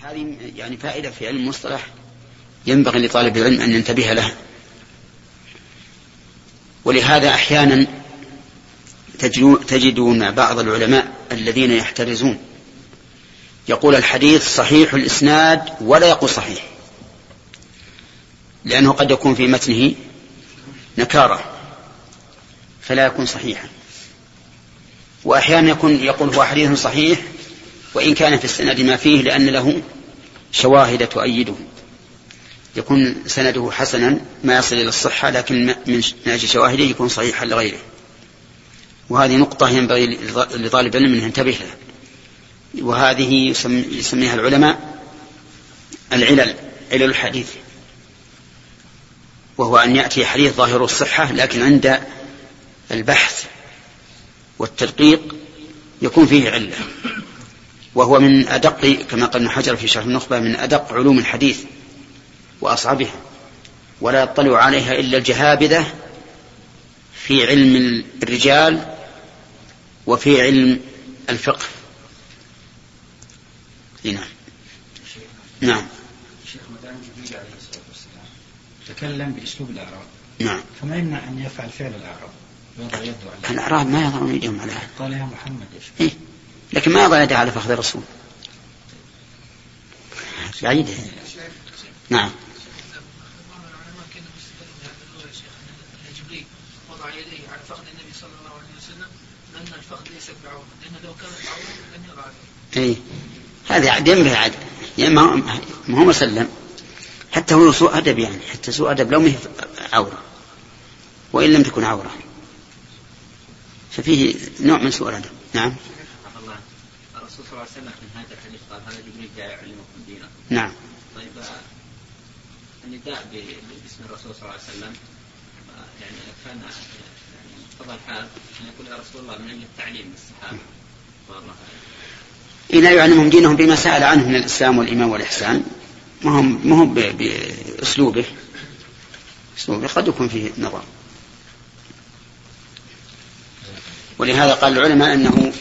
هذه يعني فائدة في علم المصطلح ينبغي لطالب العلم أن ينتبه لها. ولهذا أحيانا تجدون بعض العلماء الذين يحترزون يقول الحديث صحيح الإسناد ولا يقول صحيح، لأنه قد يكون في متنه نكارة فلا يكون صحيحا. وأحيانا يقول هو حديث صحيح وإن كان في السند ما فيه لأن له شواهد تؤيده، يكون سنده حسنا ما يصل إلى الصحة، لكن من أجل شواهده يكون صحيحا لغيره. وهذه نقطة ينبغي لطالب العلم أن ينتبه لها، وهذه يسميها العلماء علل الحديث، وهو أن يأتي حديث ظاهر الصحة لكن عند البحث والتدقيق يكون فيه علة، وهو من أدق كما قال ابن حجر في شرح النخبة من أدق علوم الحديث وأصعبها، ولا يطلع عليها إلا الجهابذة في علم الرجال وفي علم الفقه. نعم. نعم. الشيخ مدام جبريل عليه الصلاة والسلام تكلم بأسلوب الأعراب. نعم. فما يمنع أن يفعل فعل الأعراب ويضع يده على الأعراب ما يضعون يدهم عليها. قال يا محمد إيه؟ لكن ما يضع يده على فخذ الرسول. بعيدة. نعم. وضع يديه على فخذ النبي صلى الله عليه وسلم لأن الفخذ ليس بعورة، لأنه لو كانت بعورة لم يضع يديه. إيه هذا عدم به عدم، يعني ما هو مسلم، حتى هو سوء أدب، يعني حتى سوء أدب لو مه عورة وإن لم تكن عورة ففيه نوع من سوء الأدب. نعم. الله الرسول صلى الله عليه وسلم في هذا الحديث قال هذا جبريل جاء يعلمكم دينكم. نعم. طيب النداء باسم الرسول صلى الله عليه وسلم يعني كان مقتضى الحال أن يقول يا رسول الله من أجل التعليم للصحابة إذا يعلمهم دينهم بما سأل عنه من الإسلام والإيمان والإحسان، ما هم بأسلوبه قد يكون فيه نظر. ولهذا قال العلماء أنه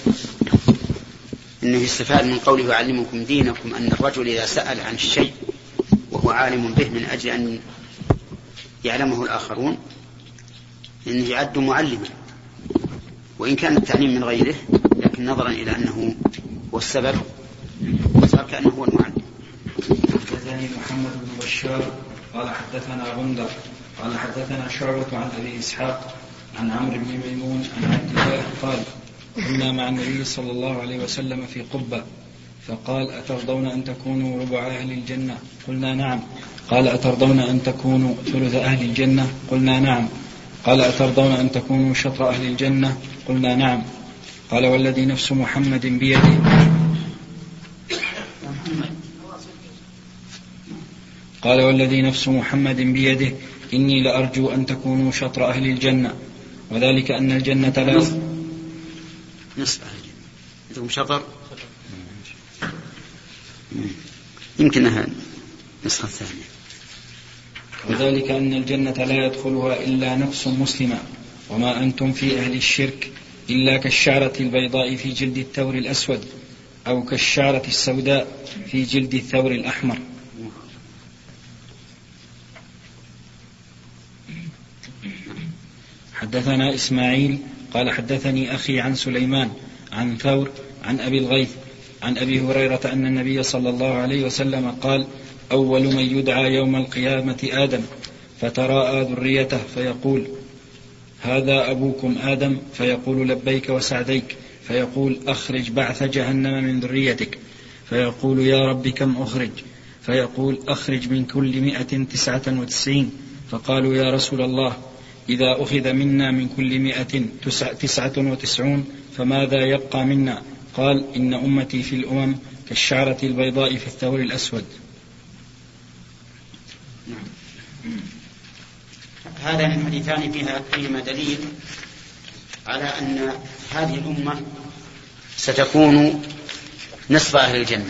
يستفاد من قوله يعلمكم دينكم أن الرجل إذا سأل عن الشيء وهو عالم به من أجل أن يعلمه الآخرون إنه يعد معلما، وإن كان التعليم من غيره لكن نظرا إلى أنه هو السبب صار كأنه هو المعلم. حدثني محمد بن بشار قال حدثنا غندر قال حدثنا شعبة عن أبي إسحاق عن عمرو بن ميمون عن عبد الله قال كنا مع النبي صلى الله عليه وسلم في قبة فقال أترضون أن تكونوا ربع أهل الجنة؟ قلنا نعم. قال أترضون أن تكونوا ثلث أهل الجنة؟ قلنا نعم. قال أترضون أن تكونوا شطر أهل الجنة؟ قلنا نعم. قال والذي نفس محمد بيده قال والذي نفس محمد بيده إني لأرجو أن تكونوا شطر أهل الجنة، وذلك أن الجنة لا نصف أهل الجنة إذا شطر يمكنها نسخة ثانية. وذلك أن الجنة لا يدخلها إلا نفس مسلمة، وما أنتم في أهل الشرك إلا كالشعرة البيضاء في جلد الثور الأسود أو كالشعرة السوداء في جلد الثور الأحمر. حدثنا إسماعيل قال حدثني أخي عن سليمان عن ثور عن أبي الغيث عن أبي هريرة أن النبي صلى الله عليه وسلم قال أول من يدعى يوم القيامة آدم فتراءى ذريته فيقول هذا أبوكم آدم فيقول لبيك وسعديك فيقول أخرج بعث جهنم من ذريتك فيقول يا رب كم أخرج فيقول أخرج من كل 199 فقالوا يا رسول الله إذا أخذ منا من كل 199 فماذا يبقى منا؟ قال إن أمتي في الأمم كالشعرة البيضاء في الثور الأسود. هذان الحديثان فيهما دليل على أن هذه الأمة ستكون نصف أهل الجنة.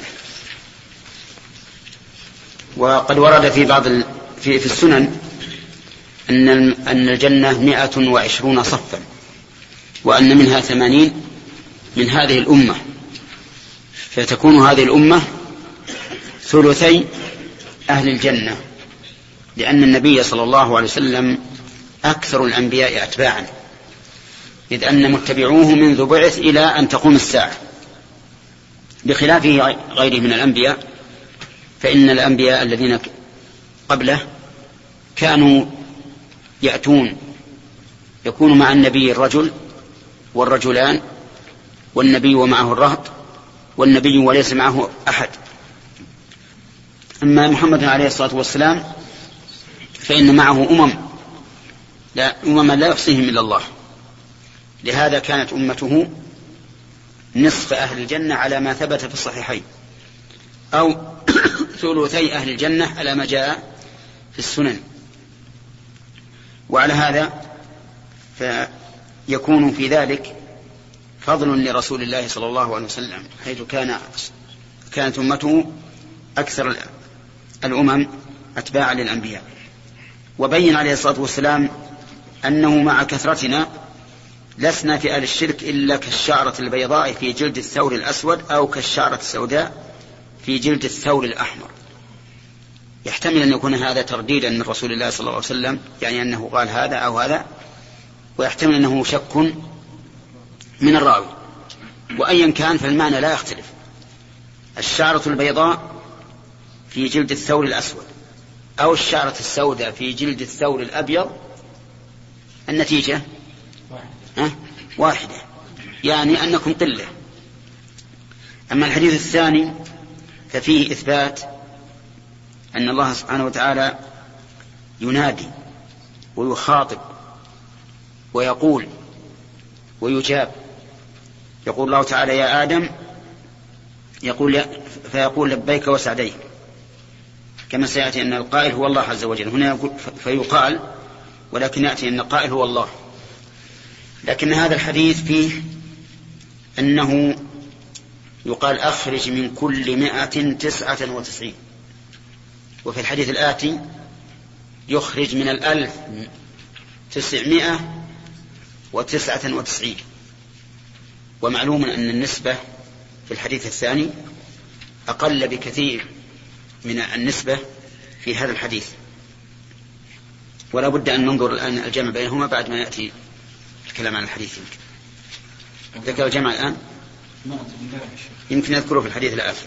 وقد ورد في بعض في السنن أن الجنة 120 صفا، وأن منها 80 من هذه الأمة، فتكون هذه الأمة ثلثي أهل الجنة، لأن النبي صلى الله عليه وسلم أكثر الأنبياء أتباعا، إذ أن متبعوه منذ بعث إلى أن تقوم الساعة، بخلاف غيره من الأنبياء، فإن الأنبياء الذين قبله كانوا يكون مع النبي الرجل والرجلان، والنبي ومعه الرهط، والنبي وليس معه أحد. أما محمد عليه الصلاة والسلام فإن معه أمما لا يحصيهم إلا الله، لهذا كانت أمته نصف أهل الجنة على ما ثبت في الصحيحين، أو ثلثي أهل الجنة على ما جاء في السنن. وعلى هذا فيكون في ذلك فضل لرسول الله صلى الله عليه وسلم، حيث كانت أمته أكثر الأمم أتباعا للأنبياء. وبين عليه الصلاة والسلام أنه مع كثرتنا لسنا في أهل الشرك إلا كالشعرة البيضاء في جلد الثور الأسود، أو كالشعرة السوداء في جلد الثور الأحمر. يحتمل أن يكون هذا ترديدا من رسول الله صلى الله عليه وسلم، يعني أنه قال هذا أو هذا، ويحتمل أنه شك من الراوي. وأيا كان فالمعنى لا يختلف، الشعرة البيضاء في جلد الثور الأسود أو الشعرة السوداء في جلد الثور الأبيض، النتيجة واحدة، يعني أنكم قلة. أما الحديث الثاني ففيه إثبات أن الله سبحانه وتعالى ينادي ويخاطب ويقول ويجاب. يقول الله تعالى يا آدم، فيقول لبيك وسعديك، كما سيأتي أن القائل هو الله عز وجل. هنا يقول فيقال، ولكن يأتي أن القائل هو الله. لكن هذا الحديث فيه أنه يقال أخرج من كل 199، وفي الحديث الآتي يخرج من 1999. ومعلوم أن النسبة في الحديث الثاني أقل بكثير من النسبة في هذا الحديث، ولا بد أن ننظر الآن الجمع بينهما بعد ما يأتي الكلام عن الحديث. ذكر الجمع الآن، يمكن يذكره في الحديث الآخر.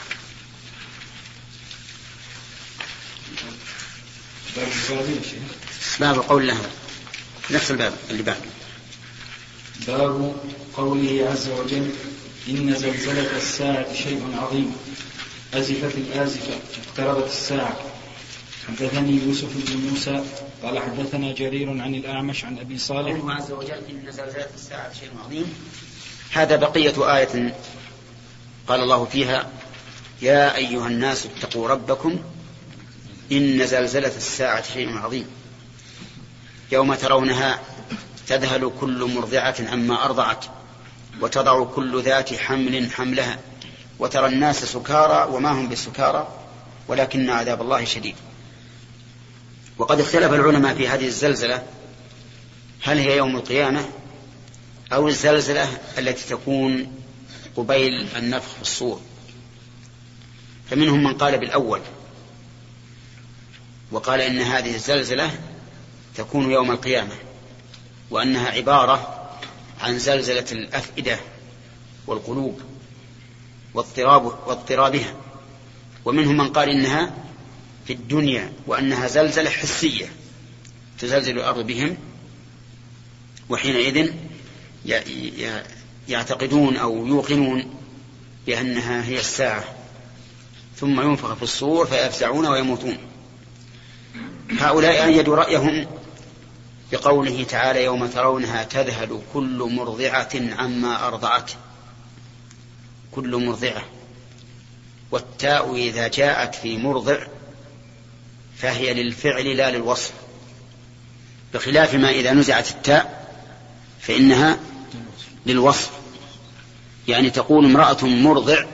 باب قول الله، نفس الباب اللي بعد. باب قوله عز وجل إن زلزلة الساعة شيء عظيم، أزفت الآزفة، اقتربت الساعة. حدثني يوسف بن موسى قال حدثنا جرير عن الأعمش عن أبي صالح. قوله عز وجل إن زلزلة الساعة شيء عظيم، هذا بقية آية قال الله فيها يا أيها الناس اتقوا ربكم إن زلزلة الساعة شيء عظيم، يوم ترونها تذهل كل مرضعة عما أرضعت وتضع كل ذات حمل حملها وترى الناس سكارى وما هم بسكارى ولكن عذاب الله شديد. وقد اختلف العلماء في هذه الزلزلة، هل هي يوم القيامة أو الزلزلة التي تكون قبيل النفخ في الصور. فمنهم من قال بالأول وقال إن هذه الزلزلة تكون يوم القيامة، وأنها عبارة عن زلزلة الأفئدة والقلوب واضطرابها. ومنهم من قال إنها في الدنيا، وأنها زلزلة حسية تزلزل الأرض بهم، وحينئذ يعتقدون أو يوقنون بأنها هي الساعة، ثم ينفخ في الصور فيفزعون ويموتون. هؤلاء أيدوا رأيهم بقوله تعالى يوم ترونها تذهل كل مرضعة عما أرضعت. كل مرضعة، والتاء إذا جاءت في مرضع فهي للفعل لا للوصف، بخلاف ما إذا نزعت التاء فإنها للوصف. يعني تقول امرأة مرضع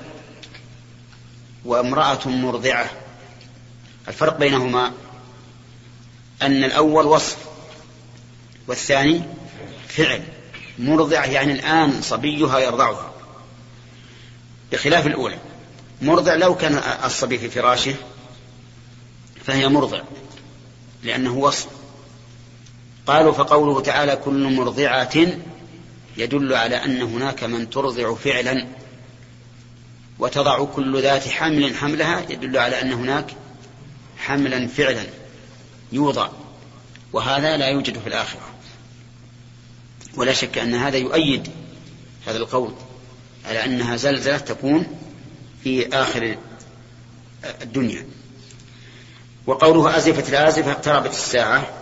وامرأة مرضعة. الفرق بينهما أن الأول وصف والثاني فعل. مرضع يعني الآن صبيها يرضعها، بخلاف الأولى. مرضع لو كان الصبي في فراشه فهي مرضع لأنه وصف. قالوا فقوله تعالى كل مرضعة يدل على أن هناك من ترضع فعلا، وتضع كل ذات حمل حملها يدل على أن هناك حملا فعلا يوضع، وهذا لا يوجد في الآخرة. ولا شك أن هذا يؤيد هذا القول على أنها زلزلة تكون في آخر الدنيا. وقوله أزفت الآزفة اقتربت الساعة،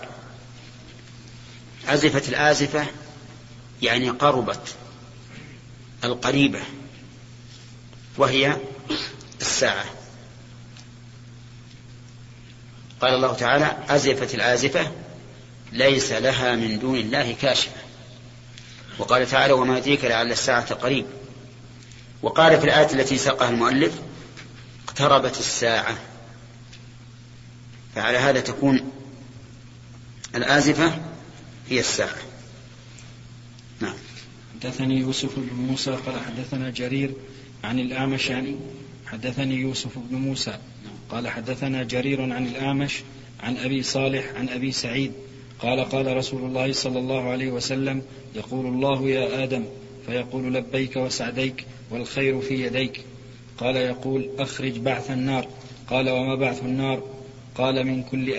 أزفت الآزفة يعني قربت القريبة، وهي الساعة. قال الله تعالى أزفت الآزفة ليس لها من دون الله كاشفة. وقال تعالى وما يدريك لعل الساعة قريب. وقال في الآية التي ساقها المؤلف اقتربت الساعة، فعلى هذا تكون الآزفة هي الساعة. نعم. حدثني يوسف بن موسى قال حدثنا جرير عن الأعمش حدثني يوسف بن موسى قال حدثنا جرير عن الأعمش عن أبي صالح عن أبي سعيد قال قال رسول الله صلى الله عليه وسلم يقول الله يا آدم فيقول لبيك وسعديك والخير في يديك. قال يقول أخرج بعث النار. قال وما بعث النار؟ قال من كل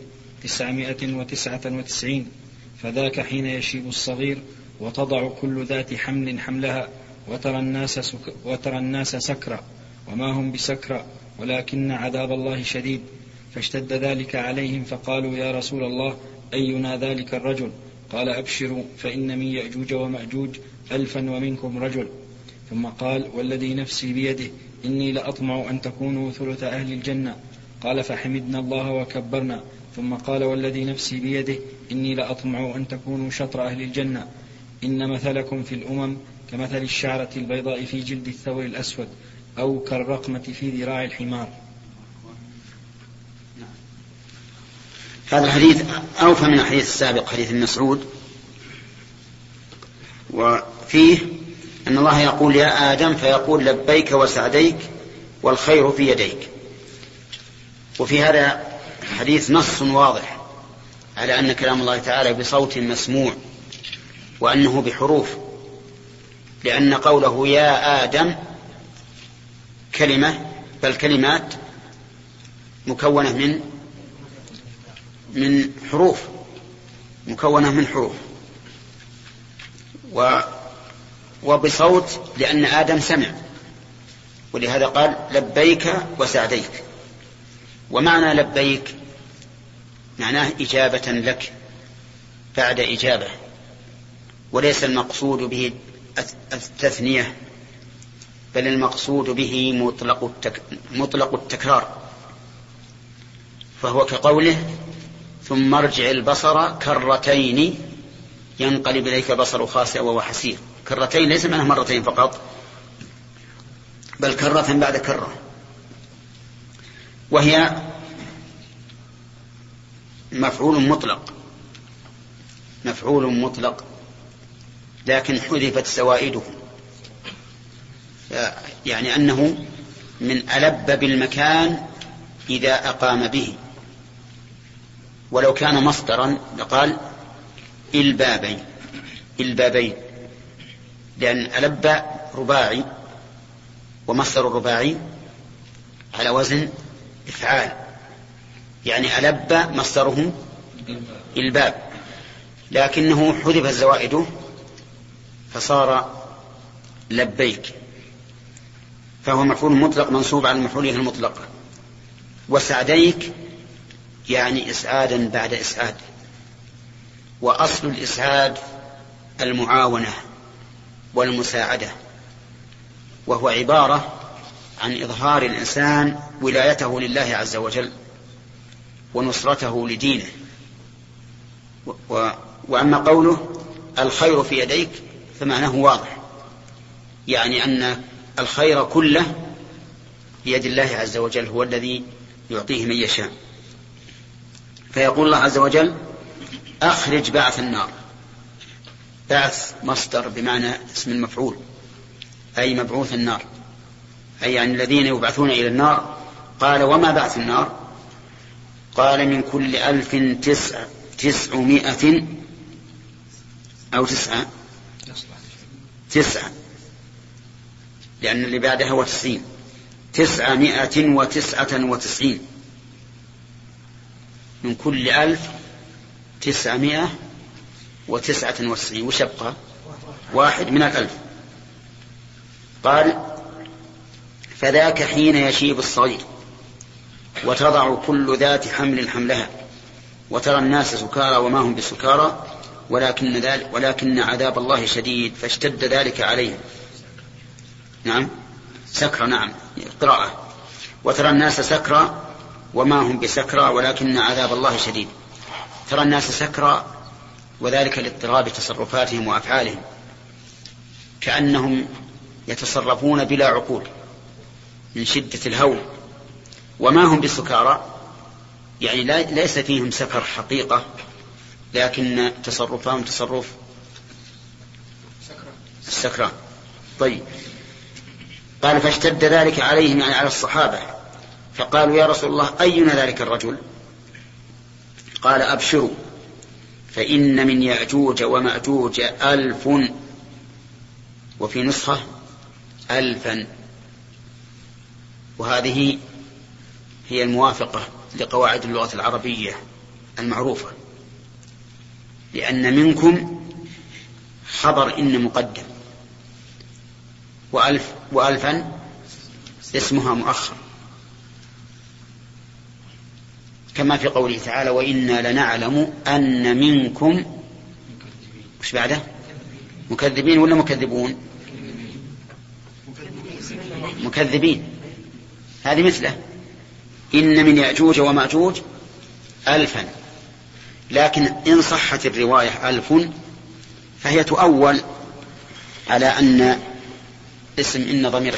1999 فذاك حين يشيب الصغير وتضع كل ذات حمل حملها وترى الناس سكرى وما هم بسكرى ولكن عذاب الله شديد. فاشتد ذلك عليهم فقالوا يا رسول الله أينا ذلك الرجل؟ قال أبشروا فإن من يأجوج ومأجوج 1000 ومنكم رجل. ثم قال والذي نفسي بيده إني لأطمع أن تكونوا ثلث أهل الجنة. قال فحمدنا الله وكبرنا. ثم قال والذي نفسي بيده إني لأطمع أن تكونوا شطر أهل الجنة. إن مثلكم في الأمم كمثل الشعرة البيضاء في جلد الثور الأسود أو كالرقمة في ذراع الحمار. هذا الحديث أوفى من الحديث السابق حديث ابن مسعود، وفيه أن الله يقول يا آدم فيقول لبيك وسعديك والخير في يديك. وفي هذا الحديث نص واضح على أن كلام الله تعالى بصوت مسموع وأنه بحروف، لأن قوله يا آدم كلمة بل كلمات مكونة من حروف وبصوت لأن آدم سمع، ولهذا قال لبيك وسعديك. ومعنى لبيك معناه إجابة لك بعد إجابة، وليس المقصود به التثنية، بل المقصود به مطلق التكرار، فهو كقوله ثم ارجع البصر كرتين ينقلب إليك البصر خاسئا وهو حسير. كرتين ليس معناه مرتين فقط، بل كرة بعد كرة، وهي مفعول مطلق لكن حذفت زوائده، يعني أنه من ألب بالمكان إذا أقام به. ولو كان مصدرا لقال البابين، لأن ألب رباعي، ومصدر الرباعي على وزن إفعال، يعني ألب مصدره الباب، لكنه حذف زوائده فصار لبيك، فهو مفعول مطلق منصوب على المفعولية المطلقة. وسعديك يعني إسعادا بعد إسعاد، وأصل الإسعاد المعاونة والمساعدة، وهو عبارة عن إظهار الإنسان ولايته لله عز وجل ونصرته لدينه. وأما قوله الخير في يديك فمعناه واضح، يعني أن الخير كله بيد الله عز وجل، هو الذي يعطيه من يشاء. فيقول الله عز وجل أخرج بعث النار. بعث مصدر بمعنى اسم المفعول، أي مبعوث النار. أي يعني الذين يبعثون إلى النار. قال وما بعث النار؟ قال من كل 1900 أو 9 لأن اللي بعدها هو 90 999 من كل 1999 وش يبقى؟ 1 من 1000. قال فذاك حين يشيب الصغير وتضع كل ذات حمل حملها وترى الناس سكارى وما هم بسكارى ولكن عذاب الله شديد فاشتد ذلك عليهم. نعم سكرى، نعم قراءة. وترى الناس سكرى وما هم بسكرى ولكن عذاب الله شديد. ترى الناس سكرى وذلك لاضطراب تصرفاتهم وأفعالهم كأنهم يتصرفون بلا عقول من شدة الهول. وما هم بسكارى يعني ليس فيهم سكر حقيقة لكن تصرفهم تصرف السكران. طيب قال فاشتد ذلك عليهم يعني على الصحابة فقالوا يا رسول الله أينا ذلك الرجل؟ قال أبشروا فإن من يأجوج ومأجوج 1000 وفي نسخة 1000. وهذه هي الموافقة لقواعد اللغة العربية المعروفة، لأن منكم خبر إن مقدم وألفا اسمها مؤخر، كما في قوله تعالى وإنا لنعلم أن منكم وش بعده مكذبين ولا مكذبون؟ مكذبين. هذه مثله إن من يأجوج ومأجوج 1000. لكن إن صحت الرواية 1000 فهي تؤول على أن اسم إن ضمير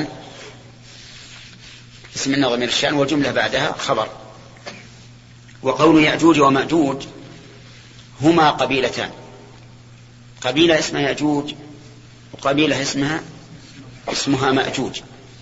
الشأن والجملة بعدها خبر. وقول يأجوج ومأجوج هما قبيلتان، قبيلة اسمها يأجوج وقبيلة اسمها مأجوج،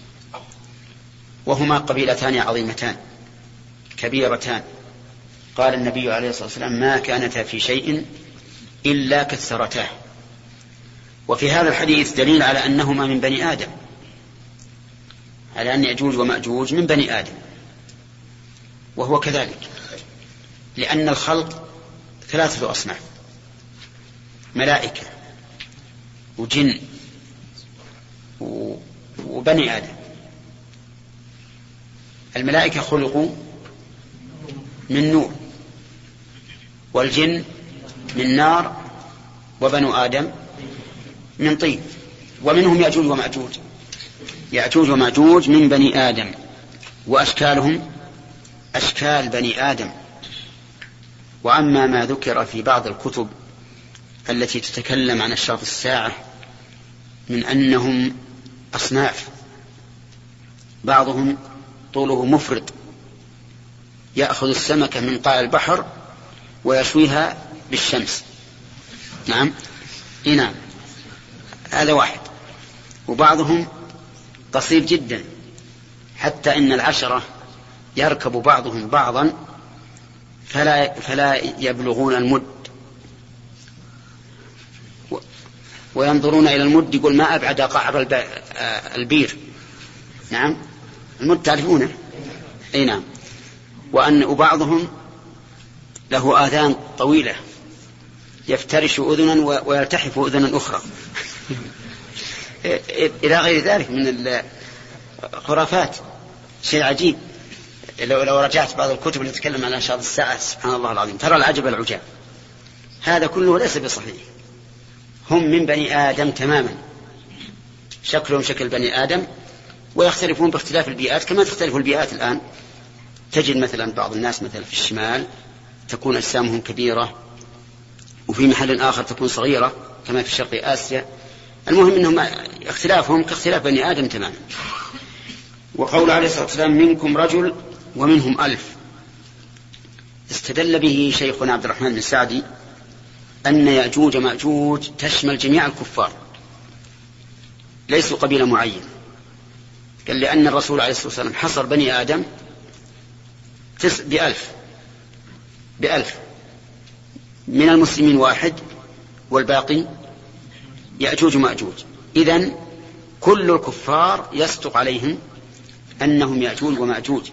وهما قبيلتان عظيمتان كبيرتان. قال النبي عليه الصلاة والسلام ما كانتا في شيء إلا كثرتاه. وفي هذا الحديث دليل على أنهما من بني آدم، على أن يأجوج ومأجوج من بني آدم، وهو كذلك لأن الخلق 3 أصناف: ملائكة وجن وبني آدم. الملائكة خلقوا من نور، والجن من نار، وبنو آدم من طين. ومنهم يأجوج ومأجوج. يأجوج ومأجوج من بني آدم، وأشكالهم أشكال بني آدم. وأما ما ذكر في بعض الكتب التي تتكلم عن أشراط الساعة من أنهم أصناف، بعضهم طوله مفرط يأخذ السمكة من قاع البحر ويشويها بالشمس. نعم نعم هذا واحد. وبعضهم قصير جدا حتى إن العشرة يركب بعضهم بعضا فلا يبلغون المد، وينظرون إلى المد يقول ما أبعد قعر البير. نعم المد تعرفونه. أي نعم. وبعضهم له آذان طويلة يفترش أذنا ويلتحف أذنا أخرى إلى غير ذلك من الخرافات. شيء عجيب. لو رجعت بعض الكتب اللي تتكلم عن أشراط الساعة سبحان الله العظيم ترى العجب العجاب. هذا كله ليس بصحيح. هم من بني آدم تماما، شكلهم شكل بني آدم، ويختلفون باختلاف البيئات كما تختلف البيئات الآن. تجد مثلا بعض الناس مثلا في الشمال تكون أجسامهم كبيرة، وفي محل آخر تكون صغيرة كما في شرق آسيا. المهم أنهم اختلافهم كاختلاف بني آدم تماما. وقول عليه الصلاة والسلام منكم رجل ومنهم 1000 استدل به شيخنا عبد الرحمن بن سعدي أن يأجوج مأجوج تشمل جميع الكفار، ليسوا قبيلة معينة. قال لأن الرسول عليه الصلاة والسلام حصر بني آدم بألف من المسلمين 1 والباقي يأجوج ومأجوج. إذن كل الكفار يصدق عليهم أنهم يأجوج ومأجوج.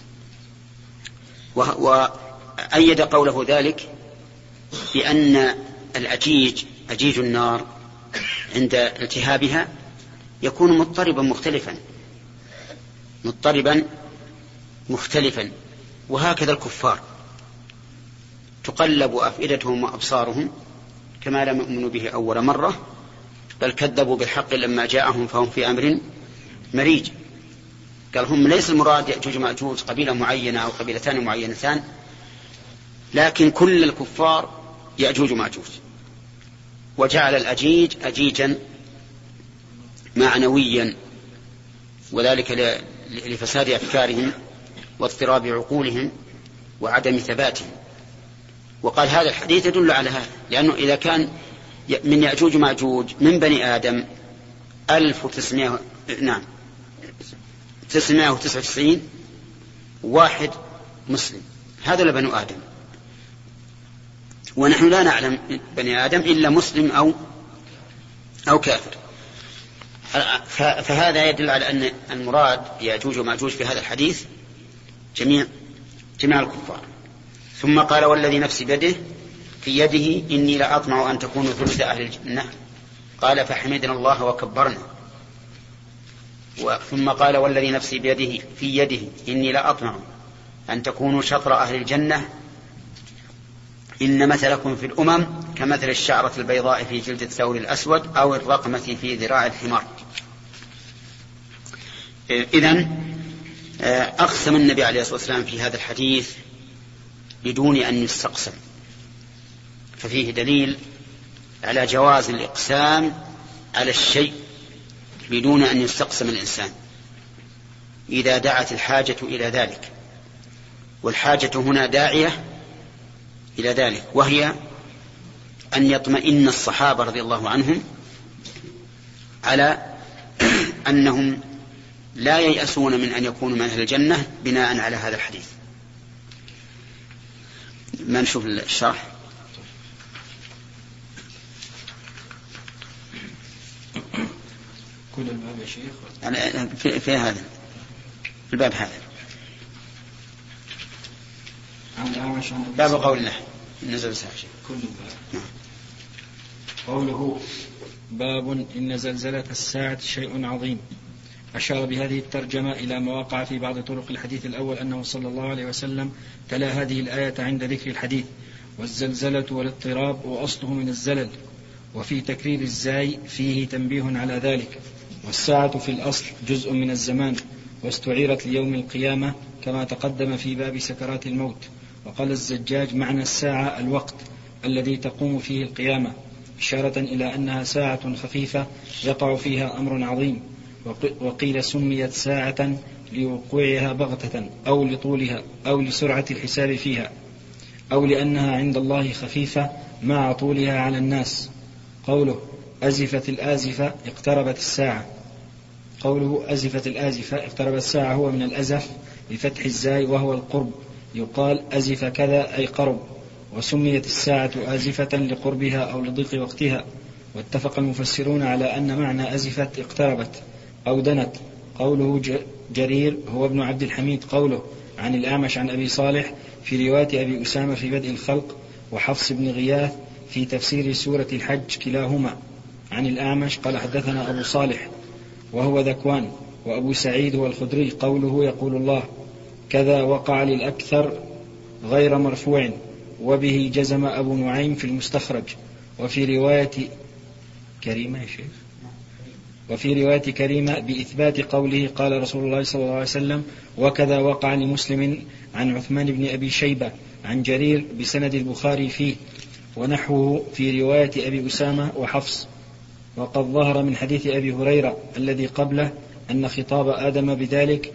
وأيد قوله ذلك بأن أجيج النار عند التهابها يكون مضطربا مختلفا. وهكذا الكفار تقلب أفئدتهم وأبصارهم كما لم يؤمنوا به أول مرة، بل كذبوا بالحق لما جاءهم فهم في أمر مريج. قال هم ليس المراد يأجوج مأجوج قبيلة معينة أو قبيلتان معينتان، لكن كل الكفار يأجوج مأجوج. وجعل الأجيج أجيجا معنويا، وذلك لفساد أفكارهم واضطراب عقولهم وعدم ثباتهم. وقال هذا الحديث يدل على هذا، لأنه إذا كان من يأجوج مأجوج من بني آدم 999 واحد مسلم، هذا لبنو آدم، ونحن لا نعلم بني آدم إلا مسلم أو كافر. فهذا يدل على أن المراد يأجوج ومأجوج في هذا الحديث جميع الكفار. ثم قال والذي نفسي بيده في يده إني لأطمع أن تكونوا ثلث أهل الجنة. قال فحمدنا الله وكبرنا. ثم قال والذي نفسي بيده في يده إني لأطمع أن تكونوا شطر أهل الجنة. إن مثلكم في الأمم كمثل الشعرة البيضاء في جلد الثور الأسود أو الرقمة في ذراع الحمار. إذن أقسم النبي عليه الصلاة والسلام في هذا الحديث بدون أن يستقسم، ففيه دليل على جواز الإقسام على الشيء بدون أن يستقسم الإنسان إذا دعت الحاجة إلى ذلك. والحاجة هنا داعية إلى ذلك، وهي أن يطمئن الصحابة رضي الله عنهم على أنهم لا ييأسون من أن يكونوا من أهل الجنة بناء على هذا الحديث. ما نشوف الشرح. كل الباب يا شيخ في هذا الباب، هذا باب قول الله نزل ساعة كل الباب. قوله باب إن زلزلة الساعة شيء عظيم. أشار بهذه الترجمة إلى ما وقع في بعض طرق الحديث الأول أنه صلى الله عليه وسلم تلا هذه الآية عند ذكر الحديث. والزلزلة والاضطراب وأصله من الزلل، وفي تكرير الزاي فيه تنبيه على ذلك. والساعة في الأصل جزء من الزمان، واستعيرت ليوم القيامة كما تقدم في باب سكرات الموت. وقال الزجاج معنى الساعة الوقت الذي تقوم فيه القيامة، إشارة إلى أنها ساعة خفيفة يقع فيها أمر عظيم. وقيل سميت ساعة لوقوعها بغتة أو لطولها أو لسرعة الحساب فيها، أو لأنها عند الله خفيفة مع طولها على الناس. قوله أزفت الآزفة اقتربت الساعة. قوله أزفت الآزفة اقتربت الساعة هو من الأزف بفتح الزاي وهو القرب، يقال أزف كذا أي قرب. وسميت الساعة آزفة لقربها أو لضيق وقتها. واتفق المفسرون على أن معنى أزفت اقتربت أو دنت. قوله جرير هو ابن عبد الحميد. قوله عن الأعمش عن أبي صالح في رواية أبي أسامة في بدء الخلق، وحفص بن غياث في تفسير سورة الحج كلاهما عن الأعمش قال حدثنا أبو صالح وهو ذكوان. وأبو سعيد هو الخدري. قوله يقول الله كذا وقع للأكثر غير مرفوع، وبه جزم أبو نعيم في المستخرج. وفي رواية كريمة يا شيخ، وفي رواية كريمة بإثبات قوله قال رسول الله صلى الله عليه وسلم وكذا وقع لمسلم عن عثمان بن أبي شيبة عن جرير بسند البخاري فيه، ونحوه في رواية أبي أسامة وحفص. وقد ظهر من حديث أبي هريرة الذي قبله أن خطاب آدم بذلك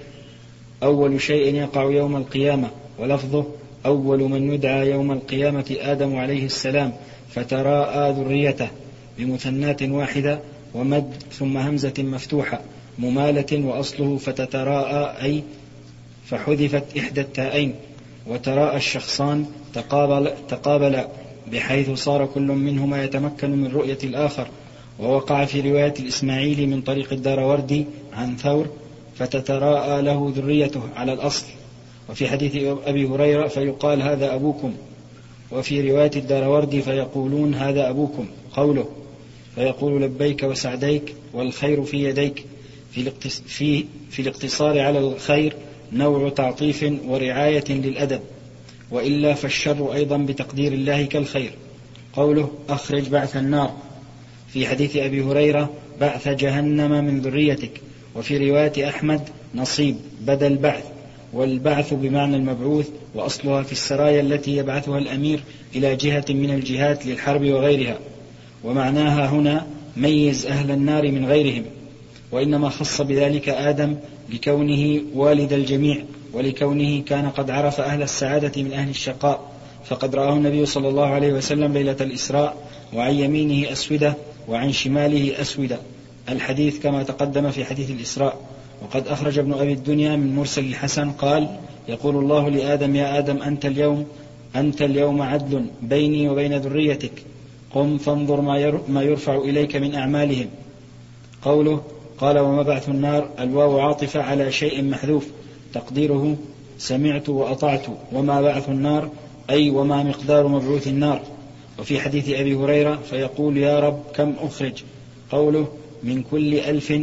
أول شيء يقع يوم القيامة، ولفظه أول من يدعى يوم القيامة آدم عليه السلام فتراءى ذريته بمثنات واحدة ومد ثم همزة مفتوحة. ممالة وأصله فتتراءى أي فحذفت إحدى التاءين، وتراءى الشخصان تقابل بحيث صار كل منهما يتمكن من رؤية الآخر. ووقع في رواية الإسماعيلي من طريق الداروردي عن ثور فتتراءى له ذريته على الأصل. وفي حديث أبي هريرة فيقال هذا أبوكم، وفي رواية الداروردي فيقولون هذا أبوكم قوله فيقول لبيك وسعديك والخير في يديك. في الاقتصار على الخير نوع تعطيف ورعاية للأدب، وإلا فالشر أيضا بتقدير الله كالخير. قوله أخرج بعث النار، في حديث أبي هريرة بعث جهنم من ذريتك. وفي رواية أحمد نصيب بدل بعث، والبعث بمعنى المبعوث، وأصلها في السرايا التي يبعثها الأمير إلى جهة من الجهات للحرب وغيرها. ومعناها هنا ميز أهل النار من غيرهم، وإنما خص بذلك آدم لكونه والد الجميع، ولكونه كان قد عرف أهل السعادة من أهل الشقاء، فقد رآه النبي صلى الله عليه وسلم ليلة الإسراء، وعن يمينه أسودة وعن شماله أسودة، الحديث كما تقدم في حديث الإسراء. وقد أخرج ابن أبي الدنيا من مرسل الحسن قال يقول الله لآدم يا آدم أنت اليوم عدل بيني وبين ذريتك، قم فانظر ما يرفع إليك من أعمالهم. قوله قال وما بعث النار، الواو عاطفة على شيء محذوف تقديره سمعت وأطعت، وما بعث النار أي وما مقدار مبعوث النار. وفي حديث أبي هريرة فيقول يا رب كم أخرج، قوله من كل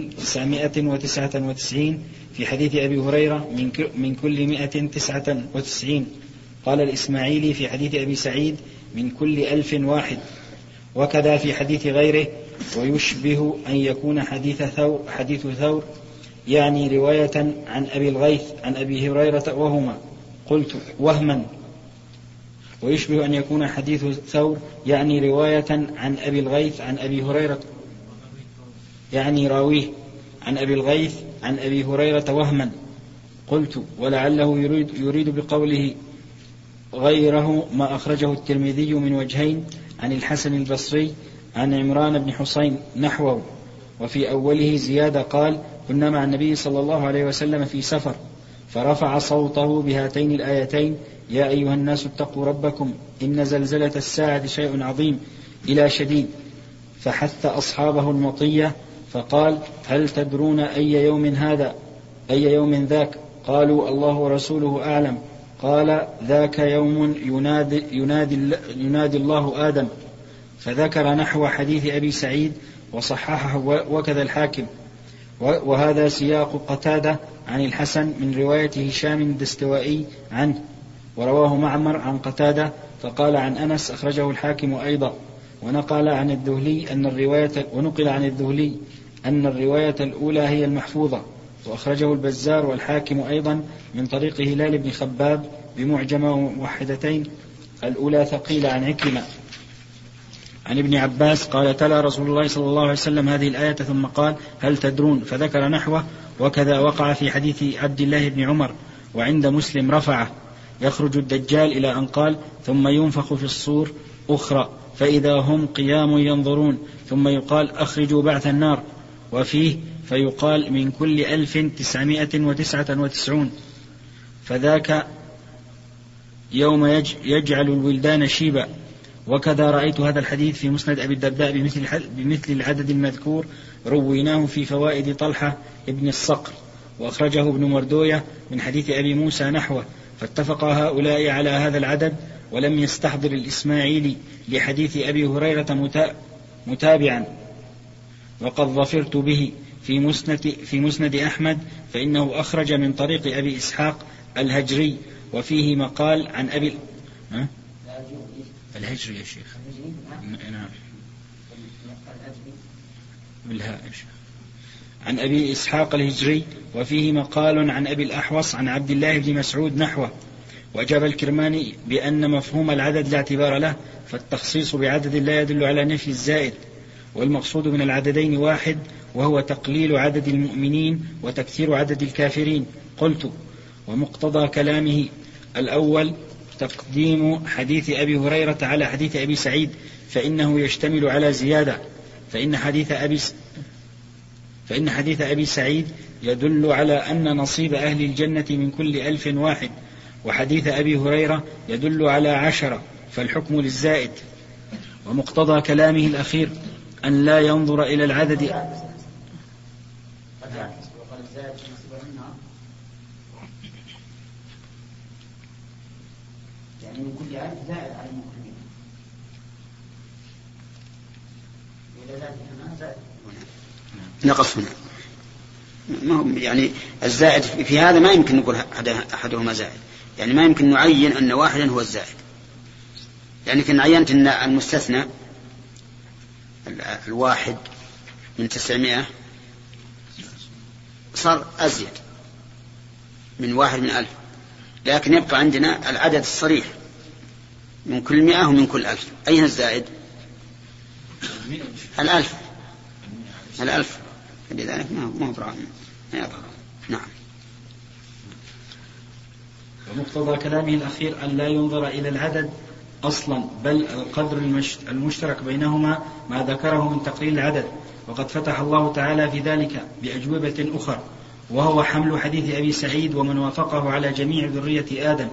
1999. في حديث أبي هريرة من كل 199. قال الإسماعيلي في حديث أبي سعيد من كل 1001. وكذا في حديث غيره ويشبه أن يكون حديث ثور يعني رواية عن أبي الغيث عن أبي هريرة وهما قلت وهما، ويشبه أن يكون حديث ثور يعني رواية عن أبي الغيث عن أبي هريرة يعني راويه عن أبي الغيث عن أبي هريرة وهما قلت، ولعله يريد بقوله غيره ما أخرجه الترمذي من وجهين عن الحسن البصري عن عمران بن حسين نحوه. وفي أوله زيادة قال كنا مع النبي صلى الله عليه وسلم في سفر فرفع صوته بهاتين الآيتين يا أيها الناس اتقوا ربكم إن زلزلة الساعة شيء عظيم إلى شديد، فحث أصحابه المطية فقال هل تدرون أي يوم هذا أي يوم ذاك؟ قالوا الله ورسوله أعلم. قال ذاك يوم ينادي الله آدم، فذكر نحو حديث أبي سعيد وصححه وكذا الحاكم. وهذا سياق قتادة عن الحسن من رواية هشام الدستوائي عنه، ورواه معمر عن قتادة فقال عن أنس أخرجه الحاكم أيضا. ونقل عن الذهلي أن الرواية الأولى هي المحفوظة، وأخرجه البزار والحاكم أيضا من طريق هلال بن خباب بمعجمة موحدتين، الأولى ثقيلة عن عكرمة عن ابن عباس قال تلا رسول الله صلى الله عليه وسلم هذه الآية ثم قال هل تدرون، فذكر نحوه. وكذا وقع في حديث عبد الله بن عمر، وعند مسلم رفعه يخرج الدجال إلى أن قال ثم ينفخ في الصور أخرى فإذا هم قيام ينظرون، ثم يقال أخرجوا بعث النار، وفيه فيقال من كل 1999 فذاك يوم يجعل الولدان شيبا. وكذا رأيت هذا الحديث في مسند أبي الدرداء بمثل العدد المذكور، رويناه في فوائد طلحة ابن الصقر، وأخرجه ابن مردوية من حديث أبي موسى نحوه، فاتفق هؤلاء على هذا العدد، ولم يستحضر الإسماعيلي لحديث أبي هريرة متابعا. وقد ظفرت به في مسند أحمد، فإنه أخرج من طريق أبي إسحاق الهجري، وفيه مقال عن أبي الهجري يا شيخ نعم بالهاء يا شيخ عن أبي إسحاق الهجري، وفيه مقال عن أبي الأحوص عن عبد الله بن مسعود نحوه. وأجاب الكرماني بأن مفهوم العدد لا اعتبار له، فالتخصيص بعدد لا يدل على نفي الزائد، والمقصود من العددين واحد، وهو تقليل عدد المؤمنين وتكثير عدد الكافرين. قلت ومقتضى كلامه الأول تقديم حديث أبي هريرة على حديث أبي سعيد، فإنه يشتمل على زيادة، فإن فإن حديث أبي سعيد يدل على أن نصيب أهل الجنة من كل 1000 واحد، وحديث أبي هريرة يدل على 10، فالحكم للزائد. ومقتضى كلامه الأخير أن لا ينظر إلى العدد. يعني من كل 1000 زائد على المكرمين، وإذا زاد هنا زائد نقص هنا. يعني الزائد في هذا ما يمكن نقول أحدهما زائد، يعني ما يمكن نعين أن واحدا هو الزائد، يعني كن عينت أن المستثنى الواحد من 900 صار أزيد من 1 من 1000، لكن يبقى عندنا العدد الصريح من كل 100 ومن كل 1000. أين الزائد؟ 1000. لذلك ما هو برعان. نعم. ومقتضى كلامه الأخير أن لا ينظر إلى العدد أصلا، بل القدر المشترك بينهما ما ذكره من تقليل العدد، وقد فتح الله تعالى في ذلك بأجوبة أخرى، وهو حمل حديث أبي سعيد ومن وافقه على جميع ذرية آدم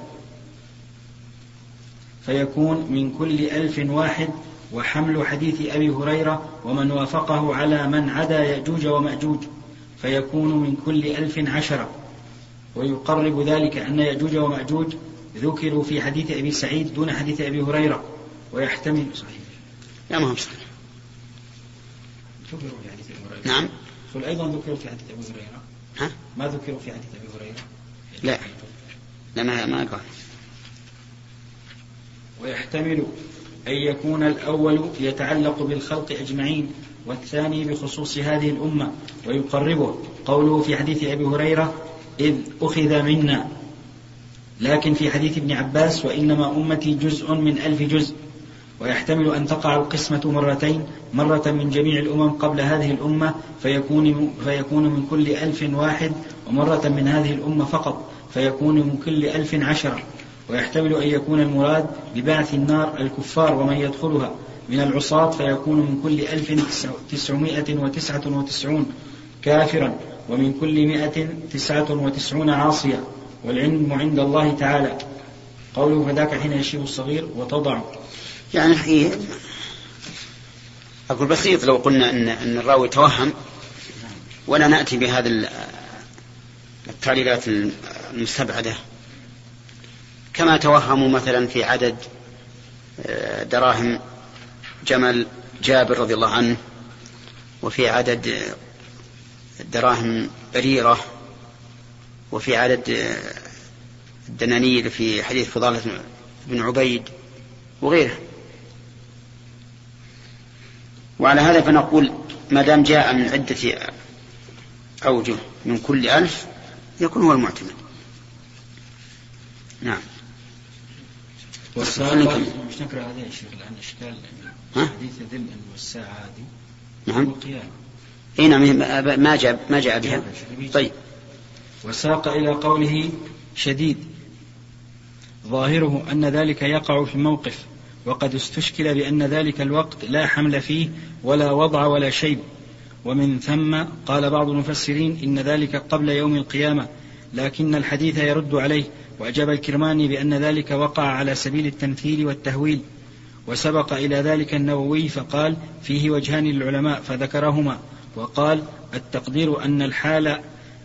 فيكون من كل 1000 واحد، وحمل حديث أبي هريرة ومن وافقه على من عدا يأجوج ومأجوج فيكون من كل 1000 10. ويقرب ذلك أن يأجوج ومأجوج ذكروا في حديث أبي سعيد دون حديث أبي هريرة، ويحتمل صحيح. لا ما هو صحيح. ذكروا في حديث أبي هريرة. نعم. قل أيضا ذكروا في حديث أبي هريرة. ها؟ ما ذكروا في حديث أبي هريرة. لا ما قال. ويحتمل أن يكون الأول يتعلق بالخلق أجمعين، والثاني بخصوص هذه الأمة، ويقربه قوله في حديث أبي هريرة إذ أخذ منا، لكن في حديث ابن عباس وإنما أمتي جزء من 1000 جزء. ويحتمل أن تقع القسمة مرتين، مرة من جميع الأمم قبل هذه الأمة فيكون من كل 1000 واحد، ومرة من هذه الأمة فقط فيكون من كل 1000 10. ويحتمل أن يكون المراد ببعث النار الكفار ومن يدخلها من العصاة فيكون من كل 1999 كافرا، ومن كل 199 عاصيا، والعلم عند الله تعالى. قوله فذاك حين يشيب الصغير وتضع، يعني أقول بسيط لو قلنا أن الراوي توهم، ولا نأتي بهذا التعليلات المستبعدة، كما توهموا مثلا في عدد دراهم جمل جابر رضي الله عنه، وفي عدد دراهم بريرة، وفي عدد الدنانير في حديث فضالة بن عبيد وغيره. وعلى هذا فنقول ما دام جاء من عدة أوجه من كل 1000 يكون هو المعتمد. نعم. والساعة مش نقرأ هذا يا شيخ لأن إشكال حديث يدل أن الساعة هذه نعم القيامة. هنا ما جاء بها. طيب. وساق إلى قوله شديد ظاهره أن ذلك يقع في الموقف، وقد استشكل بأن ذلك الوقت لا حمل فيه ولا وضع ولا شيء، ومن ثم قال بعض المفسرين إن ذلك قبل يوم القيامة، لكن الحديث يرد عليه. وأجاب الكرماني بأن ذلك وقع على سبيل التمثيل والتهويل. وسبق إلى ذلك النووي فقال فيه وجهان للعلماء فذكرهما، وقال التقدير أن الحال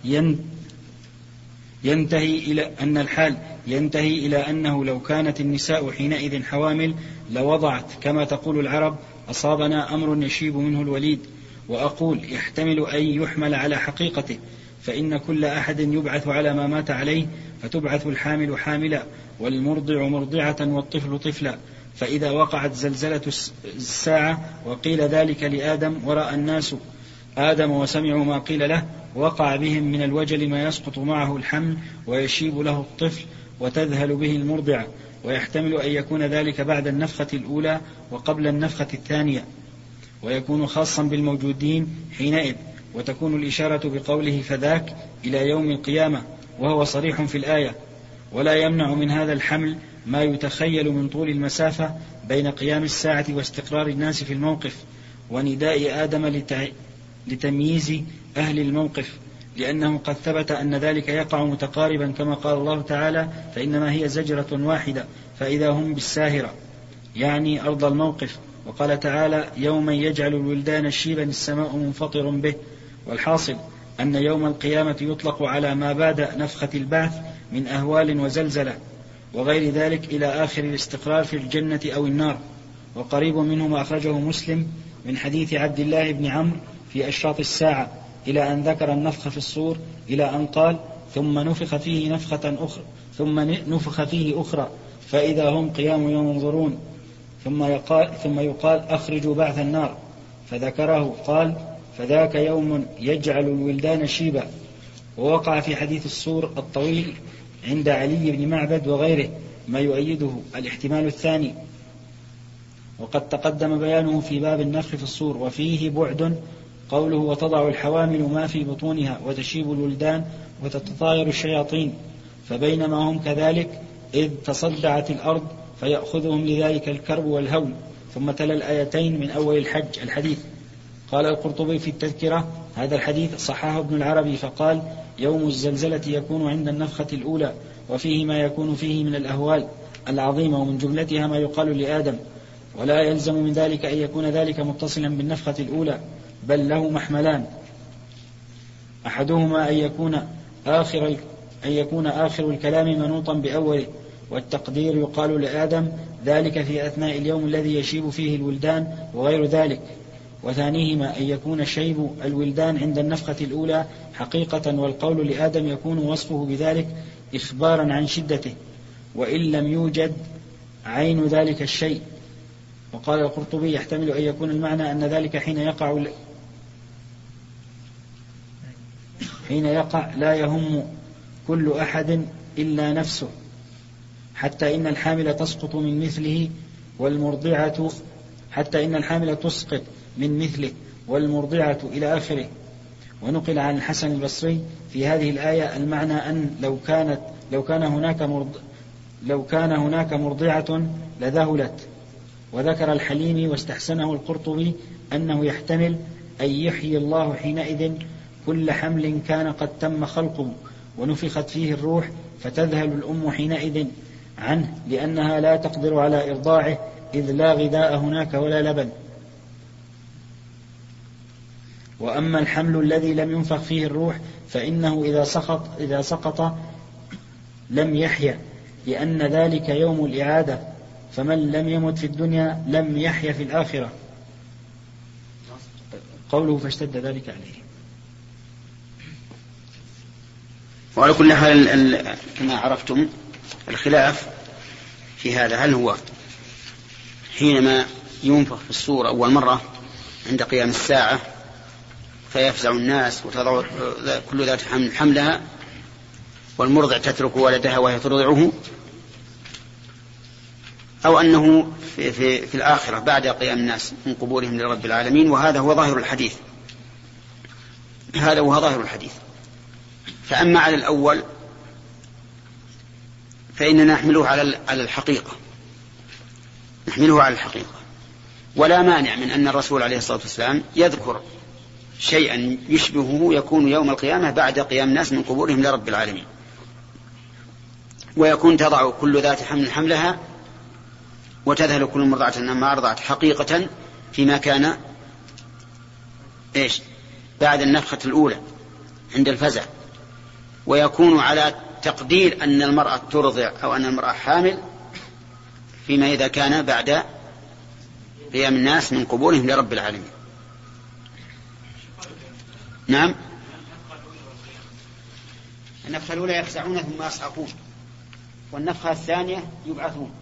ينتهي إلى أنه لو كانت النساء حينئذ حوامل لوضعت، كما تقول العرب أصابنا أمر يشيب منه الوليد. وأقول يحتمل أن يحمل على حقيقته، فإن كل أحد يبعث على ما مات عليه، فتبعث الحامل حاملا والمرضع مرضعة والطفل طفلا. فإذا وقعت زلزلة الساعة وقيل ذلك لآدم ورأى الناس آدم وسمعوا ما قيل له، وقع بهم من الوجل ما يسقط معه الحمل ويشيب له الطفل وتذهل به المرضعة. ويحتمل أن يكون ذلك بعد النفخة الأولى وقبل النفخة الثانية، ويكون خاصا بالموجودين حينئذ. وتكون الإشارة بقوله فذاك إلى يوم القيامة، وهو صريح في الآية. ولا يمنع من هذا الحمل ما يتخيل من طول المسافة بين قيام الساعة واستقرار الناس في الموقف، ونداء آدم لتمييز أهل الموقف، لأنه قد ثبت أن ذلك يقع متقاربا كما قال الله تعالى: فإنما هي زجرة واحدة فإذا هم بالساهرة، يعني أرض الموقف. وقال تعالى: يوم يجعل الولدان شيبا السماء منفطر به. والحاصل أن يوم القيامة يطلق على ما بعد نفخة البعث من أهوال وزلزلة وغير ذلك إلى آخر الاستقرار في الجنة أو النار. وقريب منه ما أخرجه مسلم من حديث عبد الله بن عمرو في أشراط الساعة إلى أن ذكر النفخ في الصور إلى أن قال: ثم نفخ فيه أخرى فإذا هم قيام ينظرون، ثم يقال: أخرجوا بعث النار، فذكره قال: فذاك يوم يجعل الولدان شيبا. ووقع في حديث الصور الطويل عند علي بن معبد وغيره ما يؤيده الاحتمال الثاني، وقد تقدم بيانه في باب النفخ في الصور. وفيه بعد قوله: وتضع الحوامل ما في بطونها وتشيب الولدان وتتطاير الشياطين، فبينما هم كذلك إذ تصدعت الأرض فيأخذهم لذلك الكرب والهول. ثم تلا الآيتين من أول الحديث. قال القرطبي في التذكرة: هذا الحديث صححه ابن العربي فقال: يوم الزلزلة يكون عند النفخة الأولى، وفيه ما يكون فيه من الأهوال العظيمة، ومن جملتها ما يقال لآدم، ولا يلزم من ذلك أن يكون ذلك متصلا بالنفخة الأولى، بل له محملان: أحدهما أن يكون آخر الكلام منوطا بأوله، والتقدير يقال لآدم ذلك في أثناء اليوم الذي يشيب فيه الولدان وغير ذلك. وثانيهما أن يكون شيب الولدان عند النفخة الأولى حقيقة، والقول لآدم يكون وصفه بذلك إخبارا عن شدته، وإن لم يوجد عين ذلك الشيء. وقال القرطبي: يحتمل أن يكون المعنى أن ذلك حين يقع لا يهم كل أحد إلا نفسه، حتى إن الحامل تسقط من مثله والمرضعة إلى آخره. ونقل عن الحسن البصري في هذه الآية المعنى أن لو كان هناك مرضعة لذهلت. وذكر الحليمي واستحسنه القرطبي أنه يحتمل أن يحيي الله حينئذ كل حمل كان قد تم خلقه ونفخت فيه الروح، فتذهل الأم حينئذ عنه لأنها لا تقدر على إرضاعه، إذ لا غذاء هناك ولا لبن. وأما الحمل الذي لم ينفخ فيه الروح فإنه إذا سقط لم يحيا، لأن ذلك يوم الإعادة، فمن لم يمت في الدنيا لم يحيا في الآخرة. قوله: فاشتد ذلك عليه. وعلى كل حال كما عرفتم الخلاف في هذا: هل هو حينما ينفخ في الصور أول مرة عند قيام الساعة فيفزع الناس وتضع كل ذات حمل حملها والمرضع تترك ولدها وهي ترضعه، أو أنه في الآخرة بعد قيام الناس من قبورهم لرب العالمين؟ وهذا هو ظاهر الحديث. فأما على الأول فإننا نحمله على الحقيقة، ولا مانع من أن الرسول عليه الصلاة والسلام يذكر شيئا يشبهه يكون يوم القيامة بعد قيام الناس من قبورهم لرب العالمين، ويكون تضع كل ذات حمل حملها وتذهل كل مرضعة ما أرضعت، حقيقة فيما كان بعد النفخة الأولى عند الفزع، ويكون على تقدير أن المرأة ترضع أو أن المرأة حامل فيما إذا كان بعد قيام الناس من قبورهم لرب العالمين. نعم، النفخة الأولى يفزعون ثم يصعقون، والنفخة الثانية يبعثون،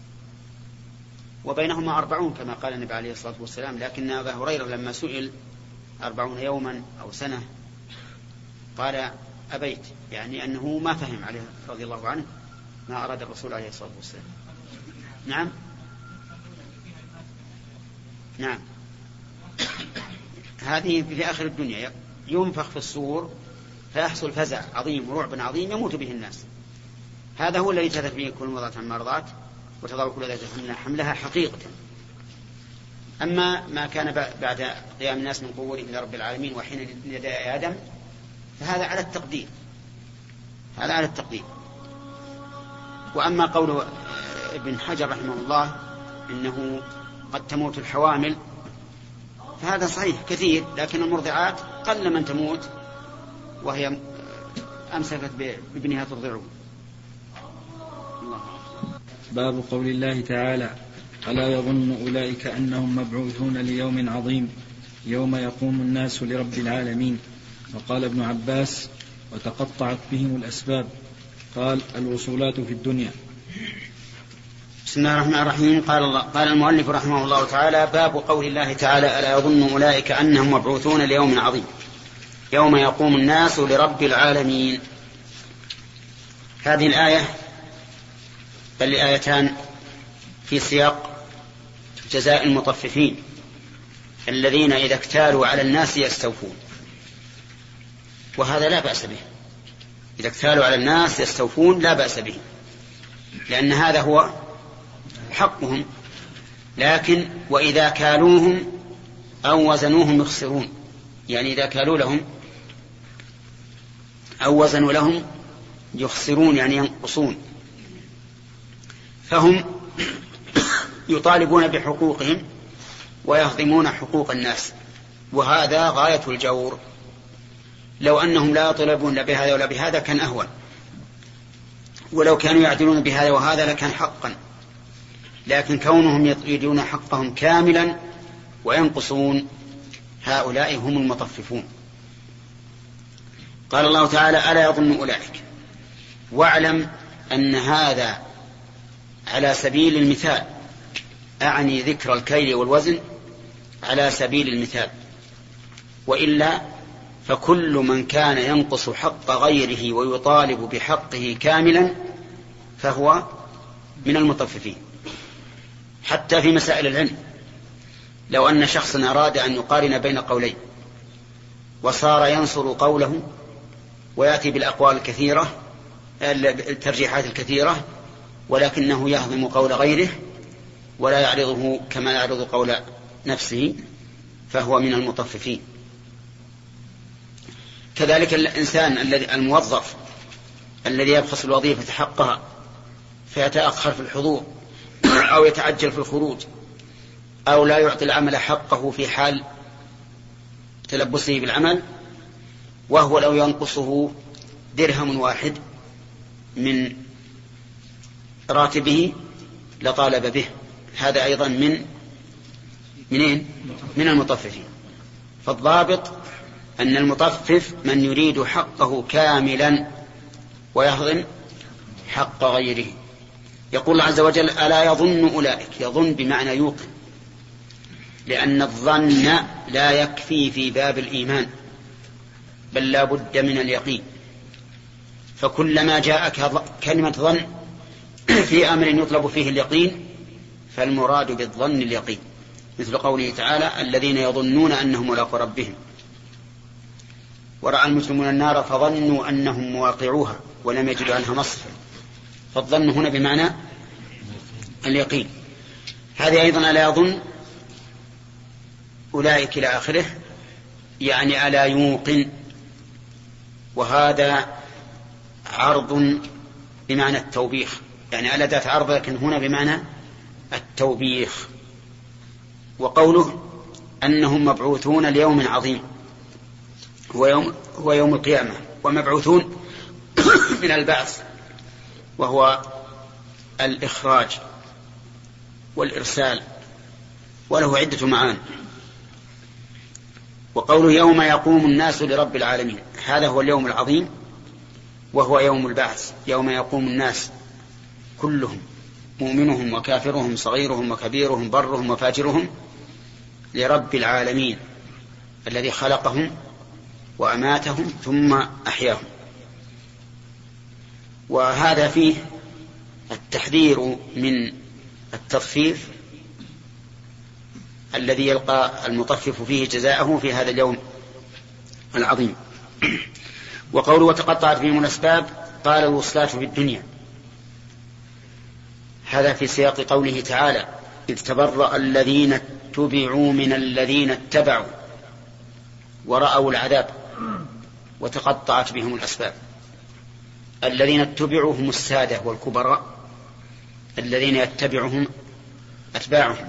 وبينهما 40 كما قال النبي عليه الصلاة والسلام. لكن أبا هريرة لما سئل 40 يوما أو سنة قال: أبيت، يعني أنه ما فهم عليه رضي الله عنه ما أراد الرسول عليه الصلاة والسلام. نعم، هذه في آخر الدنيا ينفخ في الصور فيحصل فزع عظيم ورعب عظيم يموت به الناس. هذا هو الذي تذهب فيه كل مرضعة عما رضعت وتضع كل ذات حملها حقيقة. أما ما كان بعد قيام الناس من قبورهم إلى رب العالمين وحين نداء آدم فهذا على التقدير، هذا على التقدير. وأما قول ابن حجر رحمه الله إنه قد تموت الحوامل فهذا صحيح كثير، لكن المرضعات قل من تموت وهي أمسكت بابنها ترضعه. باب قول الله تعالى: ألا يظن أولئك أنهم مبعوثون ليوم عظيم يوم يقوم الناس لرب العالمين. وقال ابن عباس: وتقطعت بهم الأسباب. قال: الوصولات في الدنيا. بسم الله الرحمن الرحيم. قال المؤلف رحمه الله تعالى: باب قول الله تعالى: ألا يظن أولئك أنهم مبعوثون ليوم عظيم يوم يقوم الناس لرب العالمين. هذه الآية بل الآيتان في سياق جزاء المطففين الذين إذا اكتالوا على الناس يستوفون، وهذا لا بأس به. إذا اكتالوا على الناس يستوفون لا بأس به، لأن هذا هو حقهم. لكن وإذا كالوهم أو وزنوهم يخسرون، يعني إذا كالوا لهم أو وزنوا لهم يخسرون، يعني ينقصون. فهم يطالبون بحقوقهم ويهضمون حقوق الناس، وهذا غاية الجور. لو أنهم لا يطالبون لا بهذا ولا بهذا كان أهون، ولو كانوا يعدلون بهذا وهذا لكان حقا. لكن كونهم يريدون حقهم كاملا وينقصون، هؤلاء هم المطففون. قال الله تعالى: ألا يظن أولئك. واعلم أن هذا على سبيل المثال، أعني ذكر الكيل والوزن على سبيل المثال، وإلا فكل من كان ينقص حق غيره ويطالب بحقه كاملا فهو من المطففين. حتى في مسائل العلم، لو أن شخصا أراد أن يقارن بين قولين وصار ينصر قوله ويأتي بالأقوال الكثيرة الترجيحات الكثيرة، ولكنه يهضم قول غيره ولا يعرضه كما يعرض قول نفسه، فهو من المطففين. كذلك الإنسان الموظف الذي يبخس الوظيفة حقها فيتأخر في الحضور أو يتعجل في الخروج أو لا يعطي العمل حقه في حال تلبسه بالعمل، وهو لو ينقصه درهم واحد من راتبه لطالب به، هذا أيضا من المطففين. فالضابط أن المطفف من يريد حقه كاملا ويهضم حق غيره. يقول الله عز وجل: ألا يظن أولئك. يظن بمعنى يوقن، لأن الظن لا يكفي في باب الإيمان، بل لا بد من اليقين. فكلما جاءك كلمة ظن في أمر يطلب فيه اليقين فالمراد بالظن اليقين، مثل قوله تعالى: الذين يظنون أنهم ملاقو ربهم ورأى المجرمون النار فظنوا أنهم مواقعوها ولم يجدوا عنها مصرفا. فالظن هنا بمعنى اليقين. هذه أيضا ألا يظن أولئك إلى آخره، يعني ألا يوقن، وهذا عرض بمعنى التوبيخ، يعني ألا ذات عرض لكن هنا بمعنى التوبيخ. وقوله أنهم مبعوثون ليوم عظيم هو يوم القيامة، ومبعوثون من البعث وهو الإخراج والإرسال، وله عدة معان. وقوله يوم يقوم الناس لرب العالمين، هذا هو اليوم العظيم وهو يوم البعث، يوم يقوم الناس كلهم، مؤمنهم وكافرهم، صغيرهم وكبيرهم، برهم وفاجرهم، لرب العالمين الذي خلقهم وأماتهم ثم أحياهم. وهذا فيه التحذير من التطفيف الذي يلقى المطفف فيه جزاءه في هذا اليوم العظيم. وقوله وتقطعت بهم الأسباب، قال الوصلات في الدنيا، هذا في سياق قوله تعالى: إذ تبرأ الذين اتبعوا من الذين اتبعوا ورأوا العذاب وتقطعت بهم الأسباب. الذين اتبعوا هم السادة والكبراء، الذين يتبعهم أتباعهم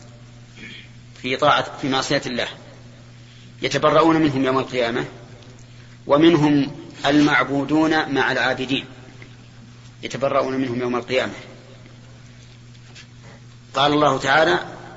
في معصية الله يتبرؤون منهم يوم القيامة، ومنهم المعبودون مع العابدين يتبرؤون منهم يوم القيامة. قال الله تعالى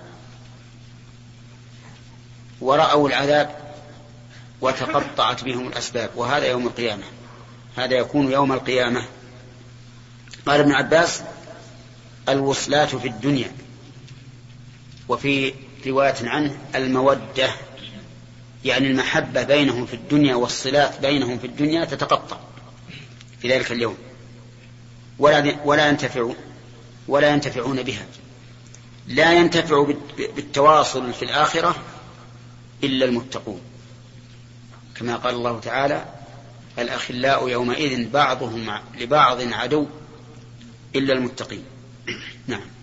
ورأوا العذاب وتقطعت بهم الأسباب، وهذا يوم القيامة، هذا يكون يوم القيامة. قال ابن عباس الوصلات في الدنيا، وفي رواية عنه المودة، يعني المحبة بينهم في الدنيا والصلات بينهم في الدنيا تتقطع في ذلك اليوم، ولا ينتفعون بها. لا ينتفع بالتواصل في الآخرة إلا المتقون، كما قال الله تعالى الأخلاء يومئذ بعضهم لبعض عدو إلا المتقين. نعم.